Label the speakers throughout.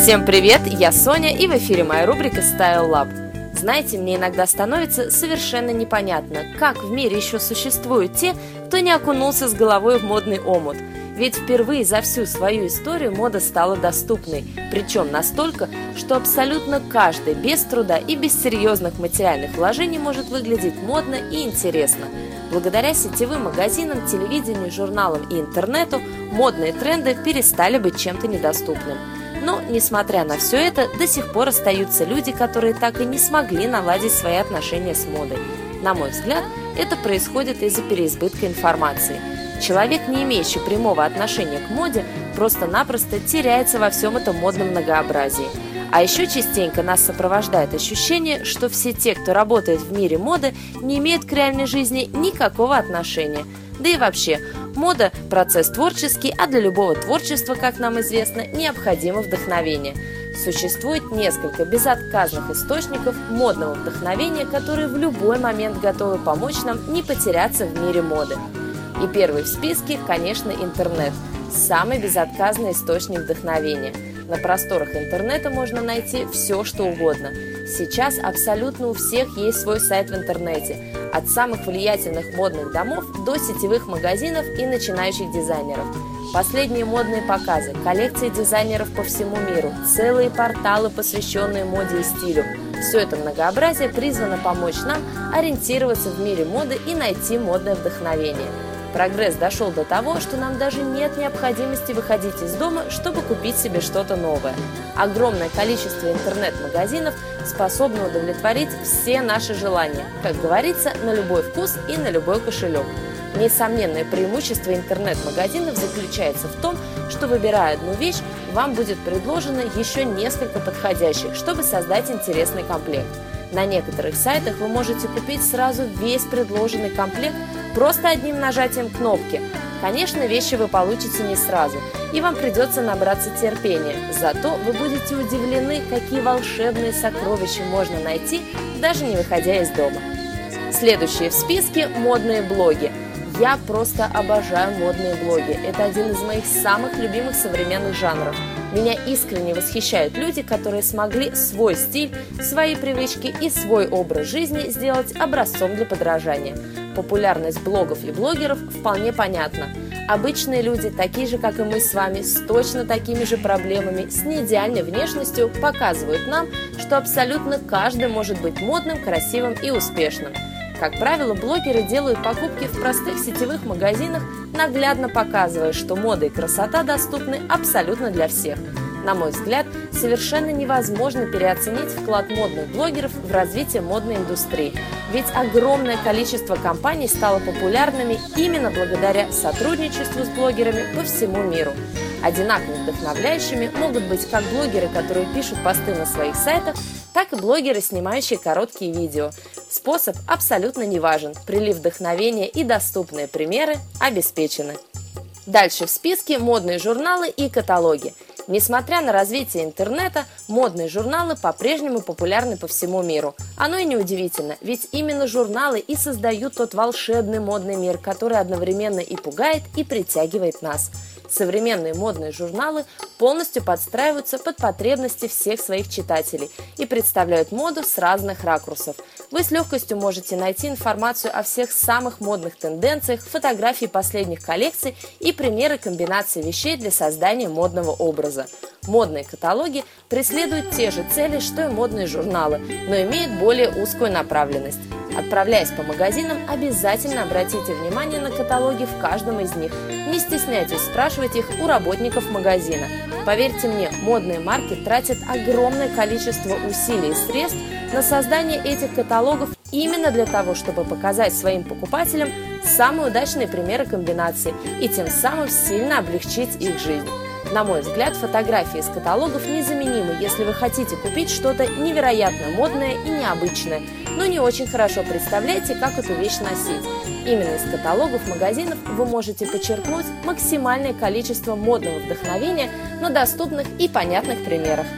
Speaker 1: Всем привет, я Соня, и в эфире моя рубрика Style Lab. Знаете, мне иногда становится совершенно непонятно, как в мире еще существуют те, кто не окунулся с головой в модный омут. Ведь впервые за всю свою историю мода стала доступной, причем настолько, что абсолютно каждый без труда и без серьезных материальных вложений может выглядеть модно и интересно. Благодаря сетевым магазинам, телевидению, журналам и интернету модные тренды перестали быть чем-то недоступным. Но, несмотря на все это, до сих пор остаются люди, которые так и не смогли наладить свои отношения с модой. На мой взгляд, это происходит из-за переизбытка информации. Человек, не имеющий прямого отношения к моде, просто-напросто теряется во всем этом модном многообразии. А еще частенько нас сопровождает ощущение, что все те, кто работает в мире моды, не имеют к реальной жизни никакого отношения. Да и вообще, мода – процесс творческий, а для любого творчества, как нам известно, необходимо вдохновение. Существует несколько безотказных источников модного вдохновения, которые в любой момент готовы помочь нам не потеряться в мире моды. И первый в списке, конечно, интернет – самый безотказный источник вдохновения. На просторах интернета можно найти все, что угодно. Сейчас абсолютно у всех есть свой сайт в интернете, от самых влиятельных модных домов до сетевых магазинов и начинающих дизайнеров. Последние модные показы, коллекции дизайнеров по всему миру, целые порталы, посвященные моде и стилю. Все это многообразие призвано помочь нам ориентироваться в мире моды и найти модное вдохновение. Прогресс дошел до того, что нам даже нет необходимости выходить из дома, чтобы купить себе что-то новое. Огромное количество интернет-магазинов способно удовлетворить все наши желания, как говорится, на любой вкус и на любой кошелек. Несомненное преимущество интернет-магазинов заключается в том, что, выбирая одну вещь, вам будет предложено еще несколько подходящих, чтобы создать интересный комплект. На некоторых сайтах вы можете купить сразу весь предложенный комплект просто одним нажатием кнопки. Конечно, вещи вы получите не сразу, и вам придется набраться терпения. Зато вы будете удивлены, какие волшебные сокровища можно найти, даже не выходя из дома. Следующие в списке – модные блоги. Я просто обожаю модные блоги. Это один из моих самых любимых современных жанров. Меня искренне восхищают люди, которые смогли свой стиль, свои привычки и свой образ жизни сделать образцом для подражания. Популярность блогов и блогеров вполне понятна. Обычные люди, такие же, как и мы с вами, с точно такими же проблемами, с неидеальной внешностью, показывают нам, что абсолютно каждый может быть модным, красивым и успешным. Как правило, блогеры делают покупки в простых сетевых магазинах, наглядно показывая, что мода и красота доступны абсолютно для всех. На мой взгляд, совершенно невозможно переоценить вклад модных блогеров в развитие модной индустрии, ведь огромное количество компаний стало популярными именно благодаря сотрудничеству с блогерами по всему миру. Одинаково вдохновляющими могут быть как блогеры, которые пишут посты на своих сайтах, так и блогеры, снимающие короткие видео. Способ абсолютно не важен, прилив вдохновения и доступные примеры обеспечены. Дальше в списке модные журналы и каталоги. Несмотря на развитие интернета, модные журналы по-прежнему популярны по всему миру. Оно и неудивительно, ведь именно журналы и создают тот волшебный модный мир, который одновременно и пугает, и притягивает нас. Современные модные журналы полностью подстраиваются под потребности всех своих читателей и представляют моду с разных ракурсов. Вы с легкостью можете найти информацию о всех самых модных тенденциях, фотографии последних коллекций и примеры комбинаций вещей для создания модного образа. Модные каталоги преследуют те же цели, что и модные журналы, но имеют более узкую направленность. Отправляясь по магазинам, обязательно обратите внимание на каталоги в каждом из них. Не стесняйтесь спрашивать их у работников магазина. Поверьте мне, модные марки тратят огромное количество усилий и средств на создание этих каталогов именно для того, чтобы показать своим покупателям самые удачные примеры комбинаций и тем самым сильно облегчить их жизнь. На мой взгляд, фотографии из каталогов незаменимы, если вы хотите купить что-то невероятно модное и необычное, но не очень хорошо представляете, как эту вещь носить. Именно из каталогов магазинов вы можете почерпнуть максимальное количество модного вдохновения на доступных и понятных примерах.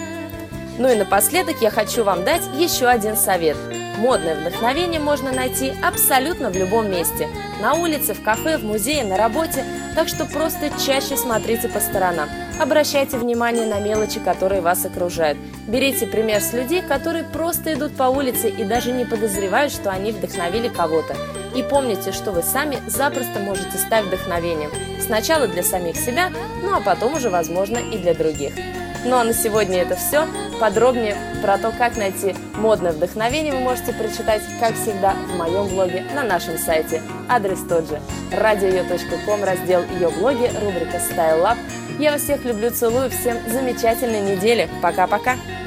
Speaker 1: Ну и напоследок я хочу вам дать еще один совет. Модное вдохновение можно найти абсолютно в любом месте. На улице, в кафе, в музее, на работе. Так что просто чаще смотрите по сторонам, обращайте внимание на мелочи, которые вас окружают. Берите пример с людей, которые просто идут по улице и даже не подозревают, что они вдохновили кого-то. И помните, что вы сами запросто можете стать вдохновением. Сначала для самих себя, ну а потом уже, возможно, и для других. Ну а на сегодня это все. Подробнее про то, как найти модное вдохновение, вы можете прочитать, как всегда, в моем блоге на нашем сайте. Адрес тот же. radio.com, раздел «Ее блоги», рубрика Style Lab. Я вас всех люблю, целую, всем замечательной недели. Пока-пока!